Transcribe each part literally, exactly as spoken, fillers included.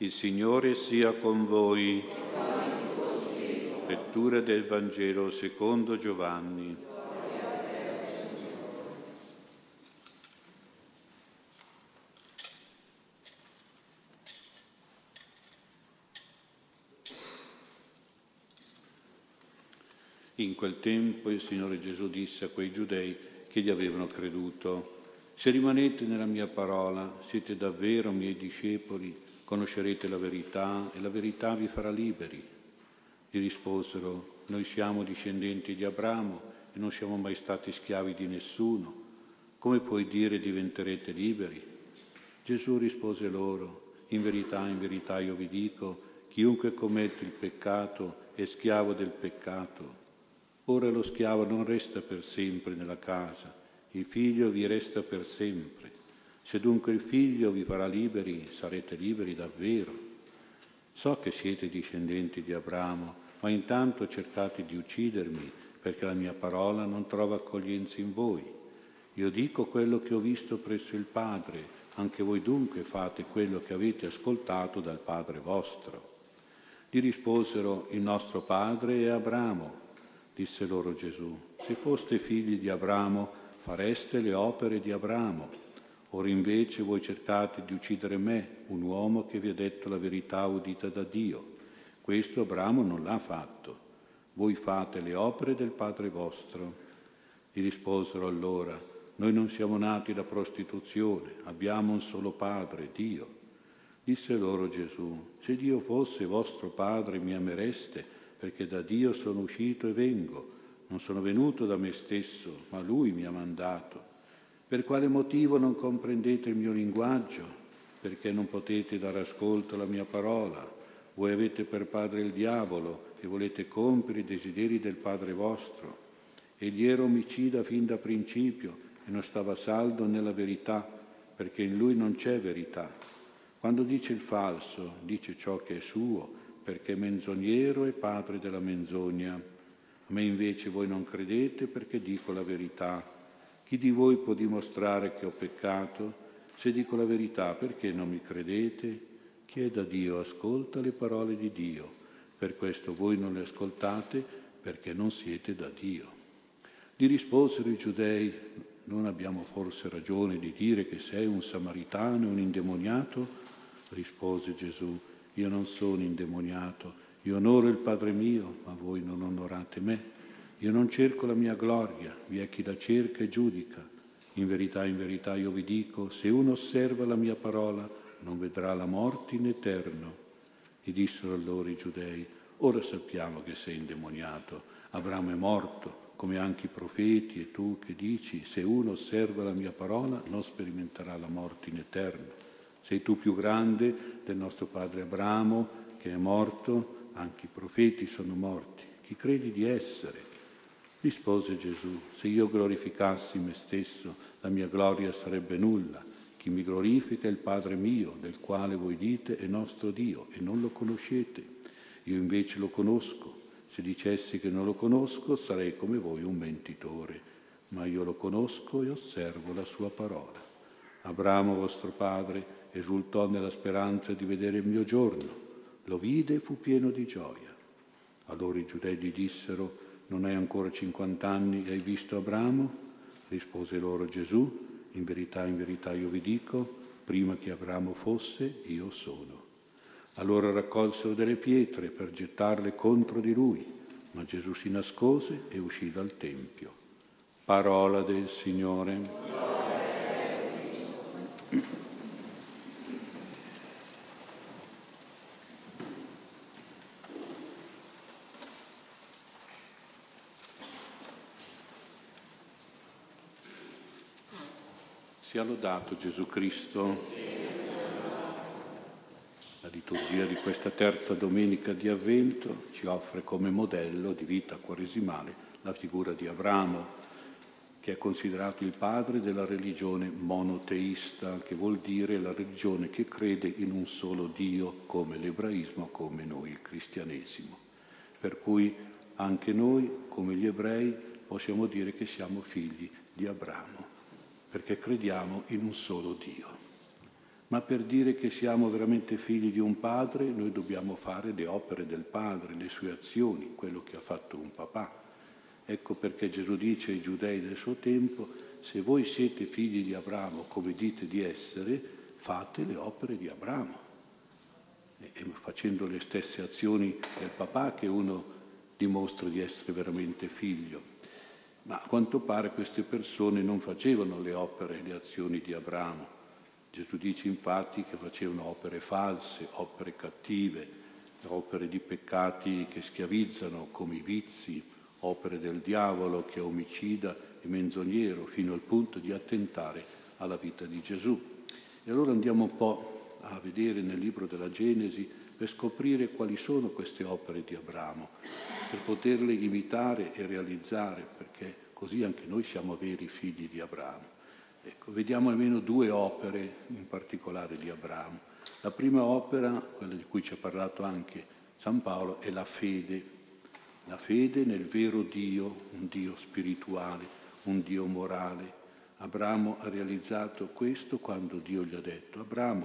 Il Signore sia con voi. Lettura del Vangelo secondo Giovanni. In quel tempo il Signore Gesù disse a quei giudei che gli avevano creduto: se rimanete nella mia parola, siete davvero miei discepoli, conoscerete la verità e la verità vi farà liberi. Gli risposero: noi siamo discendenti di Abramo e non siamo mai stati schiavi di nessuno. Come puoi dire diventerete liberi? Gesù rispose loro: in verità, in verità io vi dico, chiunque commette il peccato è schiavo del peccato. Ora lo schiavo non resta per sempre nella casa, il figlio vi resta per sempre. Se dunque il figlio vi farà liberi, sarete liberi davvero. So che siete discendenti di Abramo, ma intanto cercate di uccidermi, perché la mia parola non trova accoglienza in voi. Io dico quello che ho visto presso il Padre, anche voi dunque fate quello che avete ascoltato dal Padre vostro. Gli risposero: il nostro padre è Abramo. Disse loro Gesù: se foste figli di Abramo, fareste le opere di Abramo. Ora invece voi cercate di uccidere me, un uomo che vi ha detto la verità udita da Dio. Questo Abramo non l'ha fatto. Voi fate le opere del Padre vostro. Gli risposero allora: noi non siamo nati da prostituzione, abbiamo un solo Padre, Dio. Disse loro Gesù: se Dio fosse vostro Padre mi amereste, perché da Dio sono uscito e vengo. Non sono venuto da me stesso, ma Lui mi ha mandato. Per quale motivo non comprendete il mio linguaggio? Perché non potete dare ascolto alla mia parola. Voi avete per padre il diavolo e volete compiere i desideri del Padre vostro. Egli era omicida fin da principio e non stava saldo nella verità, perché in lui non c'è verità. Quando dice il falso, dice ciò che è suo, perché è menzognero e padre della menzogna. A me invece voi non credete perché dico la verità. Chi di voi può dimostrare che ho peccato? Se dico la verità, perché non mi credete? Chi è da Dio ascolta le parole di Dio. Per questo voi non le ascoltate, perché non siete da Dio. Gli risposero i giudei: non abbiamo forse ragione di dire che sei un samaritano e un indemoniato? Rispose Gesù: io non sono indemoniato, io onoro il Padre mio, ma voi non onorate me. Io non cerco la mia gloria, vi è chi la cerca e giudica. In verità, in verità io vi dico, se uno osserva la mia parola, non vedrà la morte in eterno. E dissero allora i giudei: ora sappiamo che sei indemoniato. Abramo è morto, come anche i profeti, e tu che dici, se uno osserva la mia parola, non sperimenterà la morte in eterno. Sei tu più grande del nostro padre Abramo, che è morto, anche i profeti sono morti. Chi credi di essere? Rispose Gesù: se io glorificassi me stesso, la mia gloria sarebbe nulla. Chi mi glorifica è il Padre mio, del quale voi dite è nostro Dio, e non lo conoscete. Io invece lo conosco. Se dicessi che non lo conosco, sarei come voi un mentitore. Ma io lo conosco e osservo la sua parola. Abramo, vostro padre, esultò nella speranza di vedere il mio giorno. Lo vide e fu pieno di gioia. Allora i giudei gli dissero: non hai ancora cinquant'anni e hai visto Abramo? Rispose loro Gesù: in verità, in verità io vi dico, prima che Abramo fosse, io sono. Allora raccolsero delle pietre per gettarle contro di lui, ma Gesù si nascose e uscì dal Tempio. Parola del Signore. Sia lodato Gesù Cristo. La liturgia di questa terza domenica di Avvento ci offre come modello di vita quaresimale la figura di Abramo, che è considerato il padre della religione monoteista, che vuol dire la religione che crede in un solo Dio, come l'ebraismo, come noi il cristianesimo. Per cui anche noi, come gli ebrei, possiamo dire che siamo figli di Abramo, perché crediamo in un solo Dio. ma per dire che siamo veramente figli di un padre, noi dobbiamo fare le opere del padre, le sue azioni, quello che ha fatto un papà. Ecco perché Gesù dice ai giudei del suo tempo: se voi siete figli di Abramo, come dite di essere, fate le opere di Abramo. E, e facendo le stesse azioni del papà che uno dimostra di essere veramente figlio. Ma a quanto pare queste persone non facevano le opere e le azioni di Abramo. Gesù dice infatti che facevano opere false, opere cattive, opere di peccati che schiavizzano come i vizi, opere del diavolo che è omicida e menzognero, fino al punto di attentare alla vita di Gesù. E allora andiamo un po' a vedere nel libro della Genesi per scoprire quali sono queste opere di Abramo, per poterle imitare e realizzare, perché così anche noi siamo veri figli di Abramo. Ecco, vediamo almeno due opere in particolare di Abramo. La prima opera, quella di cui ci ha parlato anche San Paolo, è la fede. La fede nel vero Dio, un Dio spirituale, un Dio morale. Abramo ha realizzato questo quando Dio gli ha detto: Abramo,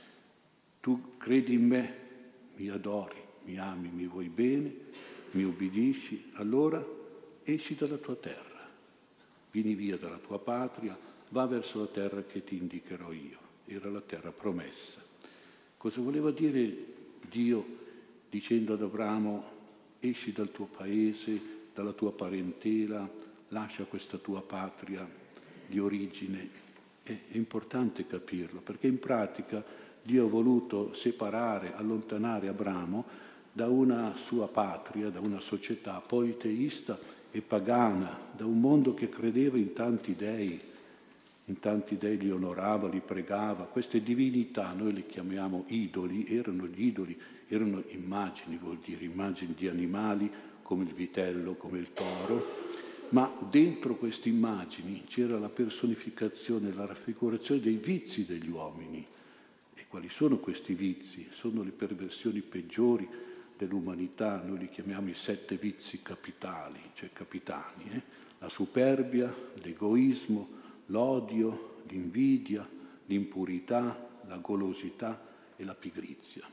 tu credi in me, mi adori, mi ami, mi vuoi bene, mi ubbidisci, allora esci dalla tua terra, vieni via dalla tua patria, va verso la terra che ti indicherò io. Era la terra promessa. Cosa voleva dire Dio dicendo ad Abramo: esci dal tuo paese, dalla tua parentela, lascia questa tua patria di origine? È, è importante capirlo, perché in pratica Dio ha voluto separare, allontanare Abramo da una sua patria, da una società politeista e pagana, da un mondo che credeva in tanti dei, in tanti dei li onorava, li pregava. Queste divinità, noi le chiamiamo idoli, erano gli idoli, erano immagini, vuol dire immagini di animali come il vitello, come il toro, ma dentro queste immagini c'era la personificazione, la raffigurazione dei vizi degli uomini. E quali sono questi vizi? Sono le perversioni peggiori dell'umanità, noi li chiamiamo i sette vizi capitali, cioè capitani, eh? La superbia, l'egoismo, l'odio, l'invidia, l'impurità, la golosità e la pigrizia.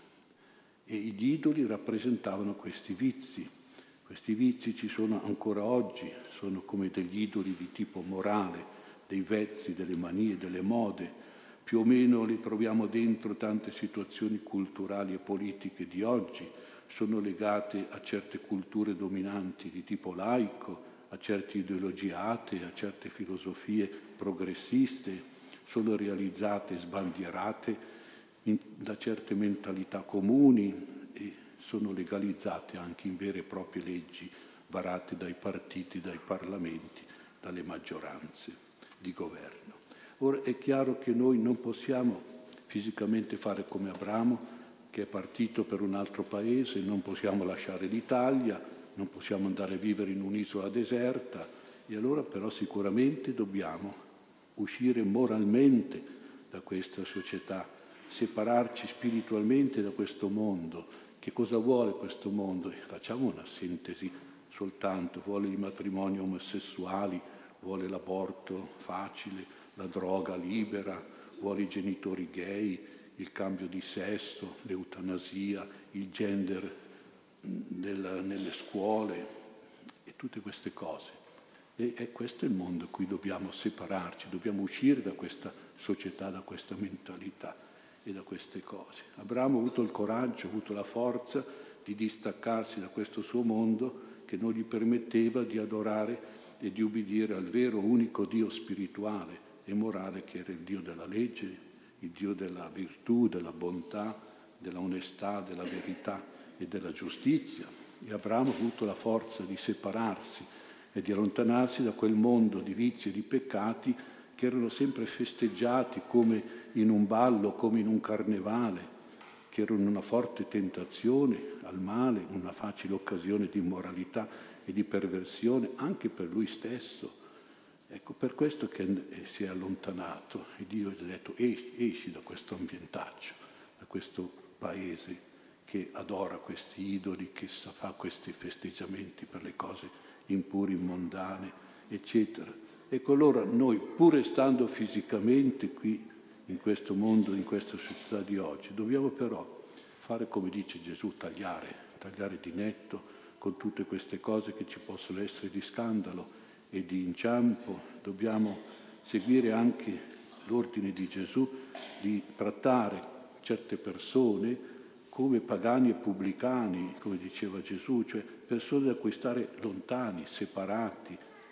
E gli idoli rappresentavano questi vizi. Questi vizi ci sono ancora oggi, sono come degli idoli di tipo morale, dei vezzi, delle manie, delle mode. Più o meno li troviamo dentro tante situazioni culturali e politiche di oggi, sono legate a certe culture dominanti di tipo laico, a certe ideologie atee, a certe filosofie progressiste, sono realizzate e sbandierate in, da certe mentalità comuni e sono legalizzate anche in vere e proprie leggi varate dai partiti, dai parlamenti, dalle maggioranze di governo. Ora è chiaro che noi non possiamo fisicamente fare come Abramo, che è partito per un altro paese, non possiamo lasciare l'Italia, non possiamo andare a vivere in un'isola deserta, e allora però sicuramente dobbiamo uscire moralmente da questa società, separarci spiritualmente da questo mondo. Che cosa vuole questo mondo? Facciamo una sintesi soltanto: vuole i matrimoni omosessuali, vuole l'aborto facile, la droga libera, vuole i genitori gay, il cambio di sesso, l'eutanasia, il gender nella, nelle scuole e tutte queste cose. E, e questo è il mondo in cui dobbiamo separarci, dobbiamo uscire da questa società, da questa mentalità e da queste cose. Abramo ha avuto il coraggio, ha avuto la forza di distaccarsi da questo suo mondo che non gli permetteva di adorare e di ubbidire al vero unico Dio spirituale e morale, che era il Dio della legge, il Dio della virtù, della bontà, della onestà, della verità e della giustizia. E Abramo ha avuto la forza di separarsi e di allontanarsi da quel mondo di vizi e di peccati che erano sempre festeggiati come in un ballo, come in un carnevale, che erano una forte tentazione al male, una facile occasione di immoralità e di perversione anche per lui stesso. Ecco, per questo che si è allontanato e Dio gli ha detto: esci, esci da questo ambientaccio, da questo paese che adora questi idoli, che fa questi festeggiamenti per le cose impuri, mondane, eccetera. Ecco, allora noi, pur stando fisicamente qui in questo mondo, in questa società di oggi. Dobbiamo però fare, come dice Gesù, tagliare, tagliare di netto con tutte queste cose che ci possono essere di scandalo e di inciampo. Dobbiamo seguire anche l'ordine di Gesù di trattare certe persone come pagani e pubblicani, come diceva Gesù, cioè persone da cui stare lontani, separati,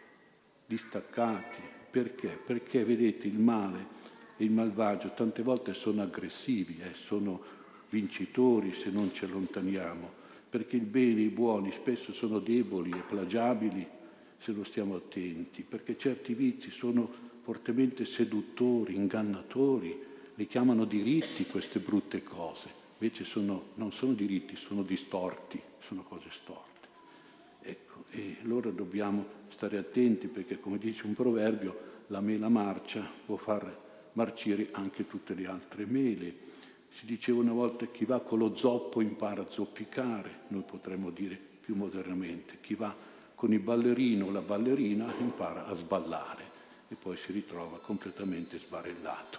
distaccati. Perché? Perché, vedete, il male e il malvagio tante volte sono aggressivi, eh, sono vincitori se non ci allontaniamo, perché il bene e i buoni spesso sono deboli e plagiabili se non stiamo attenti, perché certi vizi sono fortemente seduttori, ingannatori, li chiamano diritti queste brutte cose. Invece sono, non sono diritti, sono distorti, sono cose storte. Ecco, e allora dobbiamo stare attenti perché, come dice un proverbio, la mela marcia può far marcire anche tutte le altre mele. Si diceva una volta chi va con lo zoppo impara a zoppicare, noi potremmo dire più modernamente, chi va con il ballerino o la ballerina impara a sballare e poi si ritrova completamente sbarellato.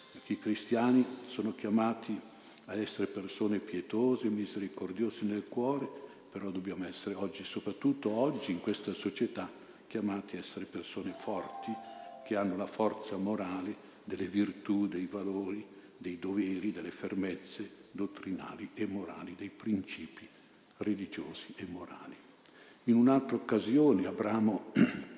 I cristiani sono chiamati a essere persone pietose, misericordiose nel cuore, però dobbiamo essere oggi, soprattutto oggi in questa società, chiamati a essere persone forti, che hanno la forza morale delle virtù, dei valori, dei doveri, delle fermezze dottrinali e morali, dei principi religiosi e morali. In un'altra occasione Abramo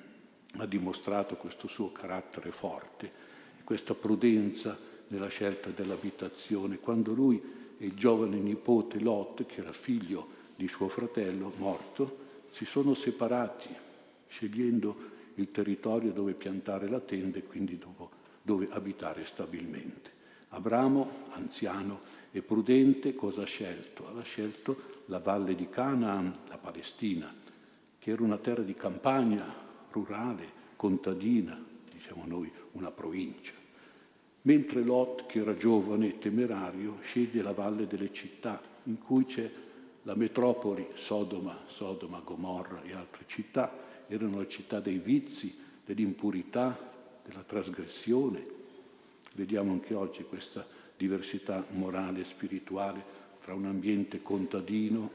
ha dimostrato questo suo carattere forte, questa prudenza nella scelta dell'abitazione, quando lui e il giovane nipote Lot, che era figlio di suo fratello morto, si sono separati, scegliendo il territorio dove piantare la tenda e quindi dove abitare stabilmente. Abramo, anziano e prudente, cosa ha scelto? Ha scelto la valle di Canaan, la Palestina, che era una terra di campagna, rurale, contadina, diciamo noi, una provincia. Mentre Lot, che era giovane e temerario, sceglie la valle delle città, in cui c'è la metropoli, Sodoma, Sodoma, Gomorra e altre città, erano le città dei vizi, dell'impurità, della trasgressione. Vediamo anche oggi questa diversità morale e spirituale tra un ambiente contadino,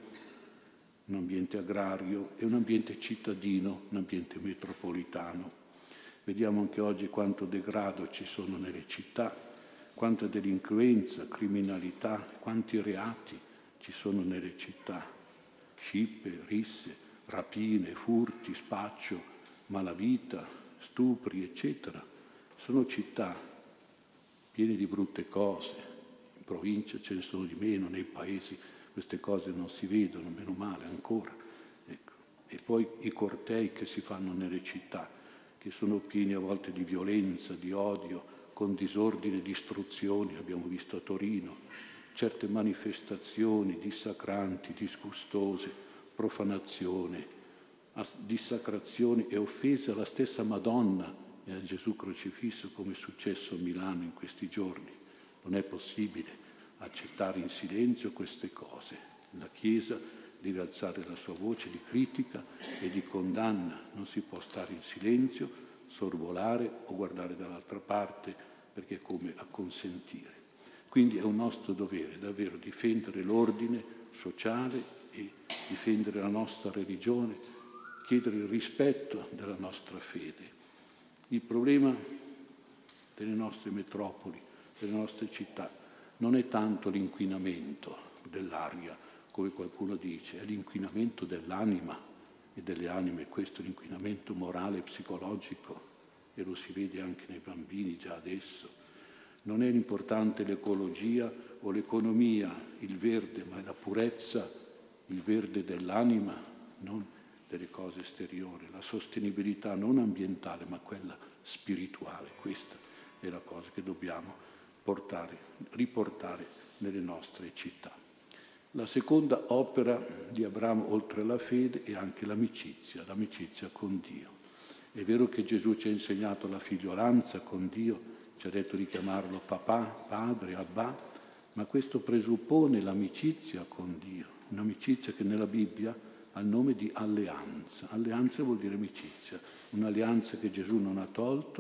un ambiente agrario e un ambiente cittadino, un ambiente metropolitano. Vediamo anche oggi quanto degrado ci sono nelle città, quanta delinquenza, criminalità, quanti reati ci sono nelle città. Scippe, risse, rapine, furti, spaccio, malavita, stupri, eccetera. Sono città piene di brutte cose. In provincia ce ne sono di meno, nei paesi queste cose non si vedono, meno male ancora. Ecco. E poi i cortei che si fanno nelle città, che sono pieni a volte di violenza, di odio, con disordine e distruzioni, abbiamo visto a Torino, certe manifestazioni dissacranti, disgustose, profanazione, dissacrazioni e offese alla stessa Madonna e a Gesù crocifisso, come è successo a Milano in questi giorni. Non è possibile accettare in silenzio queste cose. La Chiesa deve alzare la sua voce di critica e di condanna, non si può stare in silenzio, sorvolare o guardare dall'altra parte, perché è come acconsentire. Quindi è un nostro dovere davvero difendere l'ordine sociale e difendere la nostra religione, chiedere il rispetto della nostra fede. Il problema delle nostre metropoli, delle nostre città, non è tanto l'inquinamento dell'aria, come qualcuno dice, è l'inquinamento dell'anima e delle anime, questo è l'inquinamento morale e psicologico, e lo si vede anche nei bambini già adesso. Non è importante l'ecologia o l'economia, il verde, ma è la purezza, il verde dell'anima, non delle cose esteriori, la sostenibilità non ambientale, ma quella spirituale. Questa è la cosa che dobbiamo portare, riportare nelle nostre città. La seconda opera di Abramo, oltre alla fede, è anche l'amicizia, l'amicizia con Dio. È vero che Gesù ci ha insegnato la figliolanza con Dio, ci ha detto di chiamarlo papà, padre, Abba, ma questo presuppone l'amicizia con Dio, un'amicizia che nella Bibbia ha il nome di alleanza. Alleanza vuol dire amicizia, un'alleanza che Gesù non ha tolto,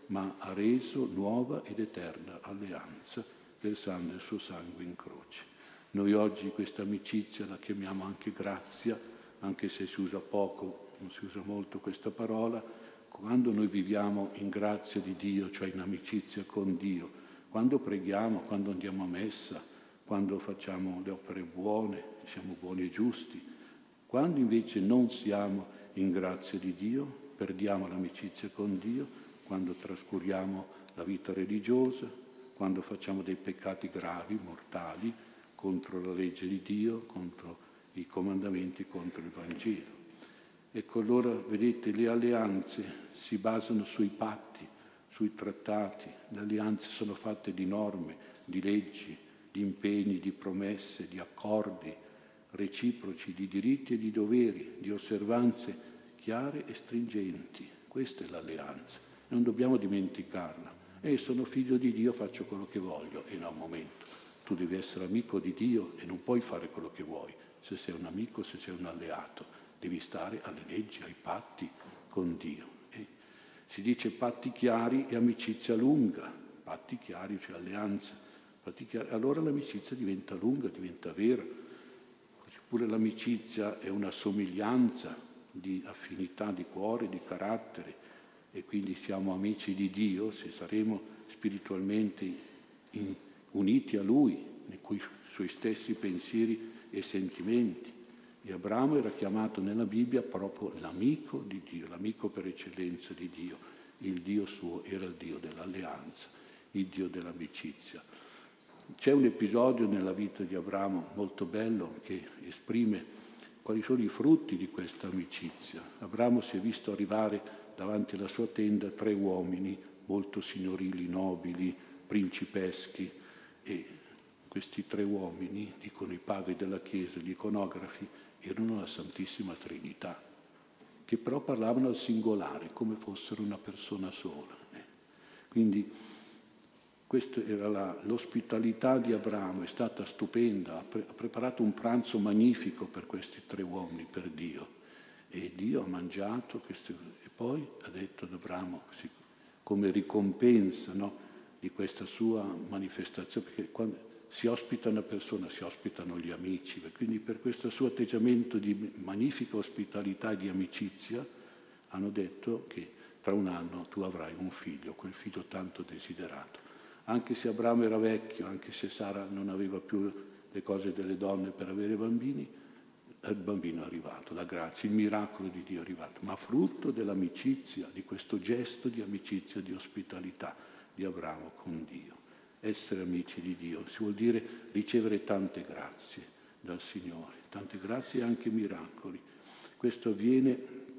ma ha reso nuova ed eterna alleanza versando il suo sangue in croce. Noi oggi questa amicizia la chiamiamo anche grazia, anche se si usa poco, non si usa molto questa parola. Quando noi viviamo in grazia di Dio, cioè in amicizia con Dio, quando preghiamo, quando andiamo a messa, quando facciamo le opere buone, siamo buoni e giusti, quando invece non siamo in grazia di Dio, perdiamo l'amicizia con Dio, quando trascuriamo la vita religiosa, quando facciamo dei peccati gravi, mortali, contro la legge di Dio, contro i comandamenti, contro il Vangelo. Ecco, allora, vedete, le alleanze si basano sui patti, sui trattati. Le alleanze sono fatte di norme, di leggi, di impegni, di promesse, di accordi reciproci, di diritti e di doveri, di osservanze chiare e stringenti. Questa è l'alleanza. Non dobbiamo dimenticarla. E sono figlio di Dio, faccio quello che voglio. E no, un momento. Tu devi essere amico di Dio e non puoi fare quello che vuoi. Se sei un amico, se sei un alleato. Devi stare alle leggi, ai patti con Dio. E si dice patti chiari e amicizia lunga. Patti chiari, cioè alleanza. Patti chiari. Allora l'amicizia diventa lunga, diventa vera. Pure l'amicizia è una somiglianza di affinità di cuore, di carattere, e quindi siamo amici di Dio se saremo spiritualmente in, uniti a Lui, nei cui, suoi stessi pensieri e sentimenti. E Abramo era chiamato nella Bibbia proprio l'amico di Dio, l'amico per eccellenza di Dio. Il Dio suo era il Dio dell'alleanza, il Dio dell'amicizia. C'è un episodio nella vita di Abramo molto bello che esprime quali sono i frutti di questa amicizia. Abramo si è visto arrivare davanti alla sua tenda tre uomini molto signorili, nobili, principeschi, e questi tre uomini, dicono i padri della Chiesa, gli iconografi, erano la Santissima Trinità, che però parlavano al singolare, come fossero una persona sola. Quindi questa era la, l'ospitalità di Abramo, è stata stupenda, ha, pre, ha preparato un pranzo magnifico per questi tre uomini, per Dio. E Dio ha mangiato, queste, e poi ha detto ad Abramo, come ricompensa, no, di questa sua manifestazione, perché quando si ospita una persona, si ospitano gli amici, quindi per questo suo atteggiamento di magnifica ospitalità e di amicizia hanno detto che tra un anno tu avrai un figlio, quel figlio tanto desiderato. Anche se Abramo era vecchio, anche se Sara non aveva più le cose delle donne per avere bambini, il bambino è arrivato, la grazia, il miracolo di Dio è arrivato, ma frutto dell'amicizia, di questo gesto di amicizia, di ospitalità di Abramo con Dio. Essere amici di Dio si vuol dire ricevere tante grazie dal Signore, tante grazie e anche miracoli. Questo avviene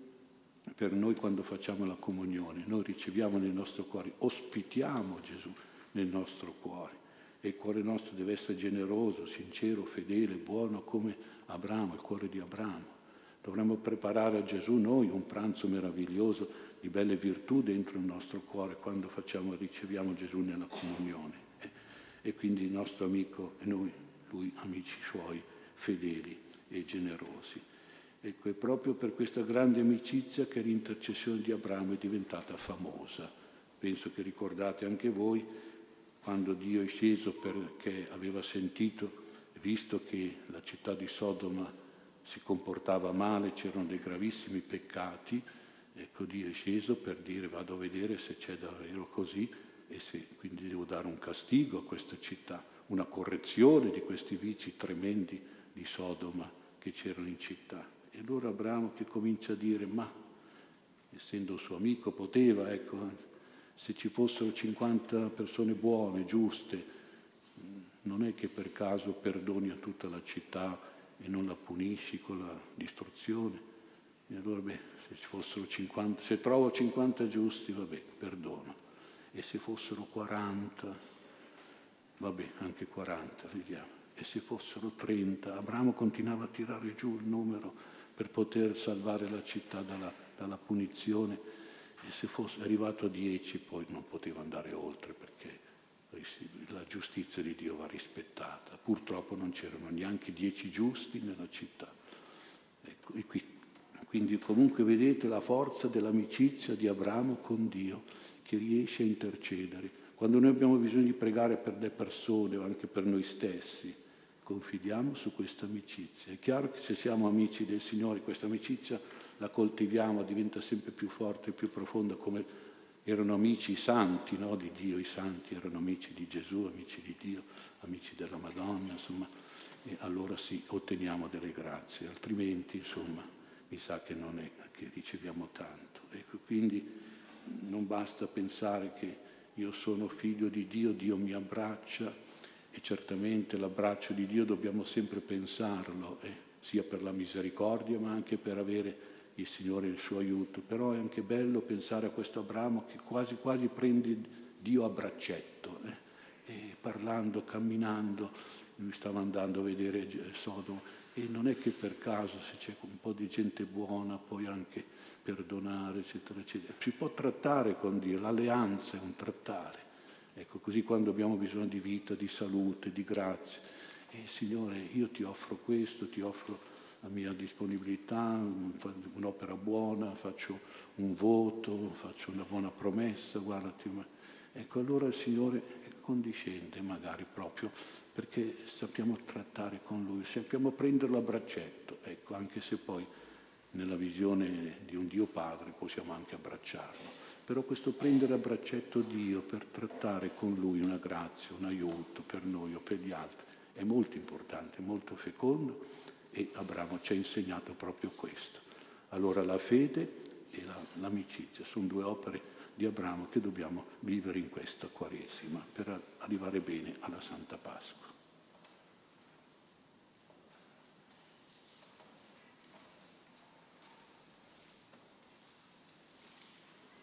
per noi quando facciamo la comunione, noi riceviamo nel nostro cuore, ospitiamo Gesù nel nostro cuore, e il cuore nostro deve essere generoso, sincero, fedele, buono come Abramo, il cuore di Abramo. Dovremmo preparare a Gesù noi un pranzo meraviglioso di belle virtù dentro il nostro cuore quando facciamo, riceviamo Gesù nella comunione. E quindi il nostro amico e noi, lui, amici suoi, fedeli e generosi. Ecco, è proprio per questa grande amicizia che l'intercessione di Abramo è diventata famosa. Penso che ricordate anche voi, quando Dio è sceso perché aveva sentito, visto che la città di Sodoma si comportava male, c'erano dei gravissimi peccati, ecco, Dio è sceso per dire vado a vedere se c'è davvero così, e se quindi devo dare un castigo a questa città, una correzione di questi vizi tremendi di Sodoma che c'erano in città. E allora Abramo che comincia a dire, ma essendo suo amico poteva, ecco, se ci fossero cinquanta persone buone, giuste, non è che per caso perdoni a tutta la città e non la punisci con la distruzione. E allora, beh, se ci fossero cinquanta, se trovo cinquanta giusti, vabbè, perdono. E se fossero quaranta, vabbè, anche quaranta, vediamo. E se fossero trenta, Abramo continuava a tirare giù il numero per poter salvare la città dalla, dalla punizione. E se fosse arrivato a dieci, poi non poteva andare oltre, perché la giustizia di Dio va rispettata. Purtroppo non c'erano neanche dieci giusti nella città. Ecco, e qui, Quindi comunque vedete la forza dell'amicizia di Abramo con Dio, che riesce a intercedere. Quando noi abbiamo bisogno di pregare per le persone o anche per noi stessi, confidiamo su questa amicizia. È chiaro che se siamo amici del Signore, questa amicizia la coltiviamo, diventa sempre più forte e più profonda, come erano amici i santi, no, di Dio. I santi erano amici di Gesù, amici di Dio, amici della Madonna, insomma, e allora sì, otteniamo delle grazie, altrimenti, insomma, mi sa che non è che riceviamo tanto. Ecco, quindi non basta pensare che io sono figlio di Dio, Dio mi abbraccia, e certamente l'abbraccio di Dio dobbiamo sempre pensarlo, eh, sia per la misericordia ma anche per avere il Signore il suo aiuto. Però è anche bello pensare a questo Abramo che quasi quasi prende Dio a braccetto, eh, e parlando, camminando, lui stava andando a vedere Sodoma, e non è che per caso, se c'è un po' di gente buona, puoi anche perdonare, eccetera, eccetera. Si può trattare con Dio, l'alleanza è un trattare. Ecco, così quando abbiamo bisogno di vita, di salute, di grazie, e Signore, io ti offro questo, ti offro la mia disponibilità, un'opera buona, faccio un voto, faccio una buona promessa, guardati. Ecco, allora il Signore condiscende magari proprio perché sappiamo trattare con Lui, sappiamo prenderlo a braccetto, ecco, anche se poi nella visione di un Dio Padre possiamo anche abbracciarlo. Però questo prendere a braccetto Dio per trattare con Lui una grazia, un aiuto per noi o per gli altri, è molto importante, molto fecondo, e Abramo ci ha insegnato proprio questo. Allora la fede e la, l'amicizia sono due opere di Abramo che dobbiamo vivere in questa Quaresima per arrivare bene alla Santa Pasqua.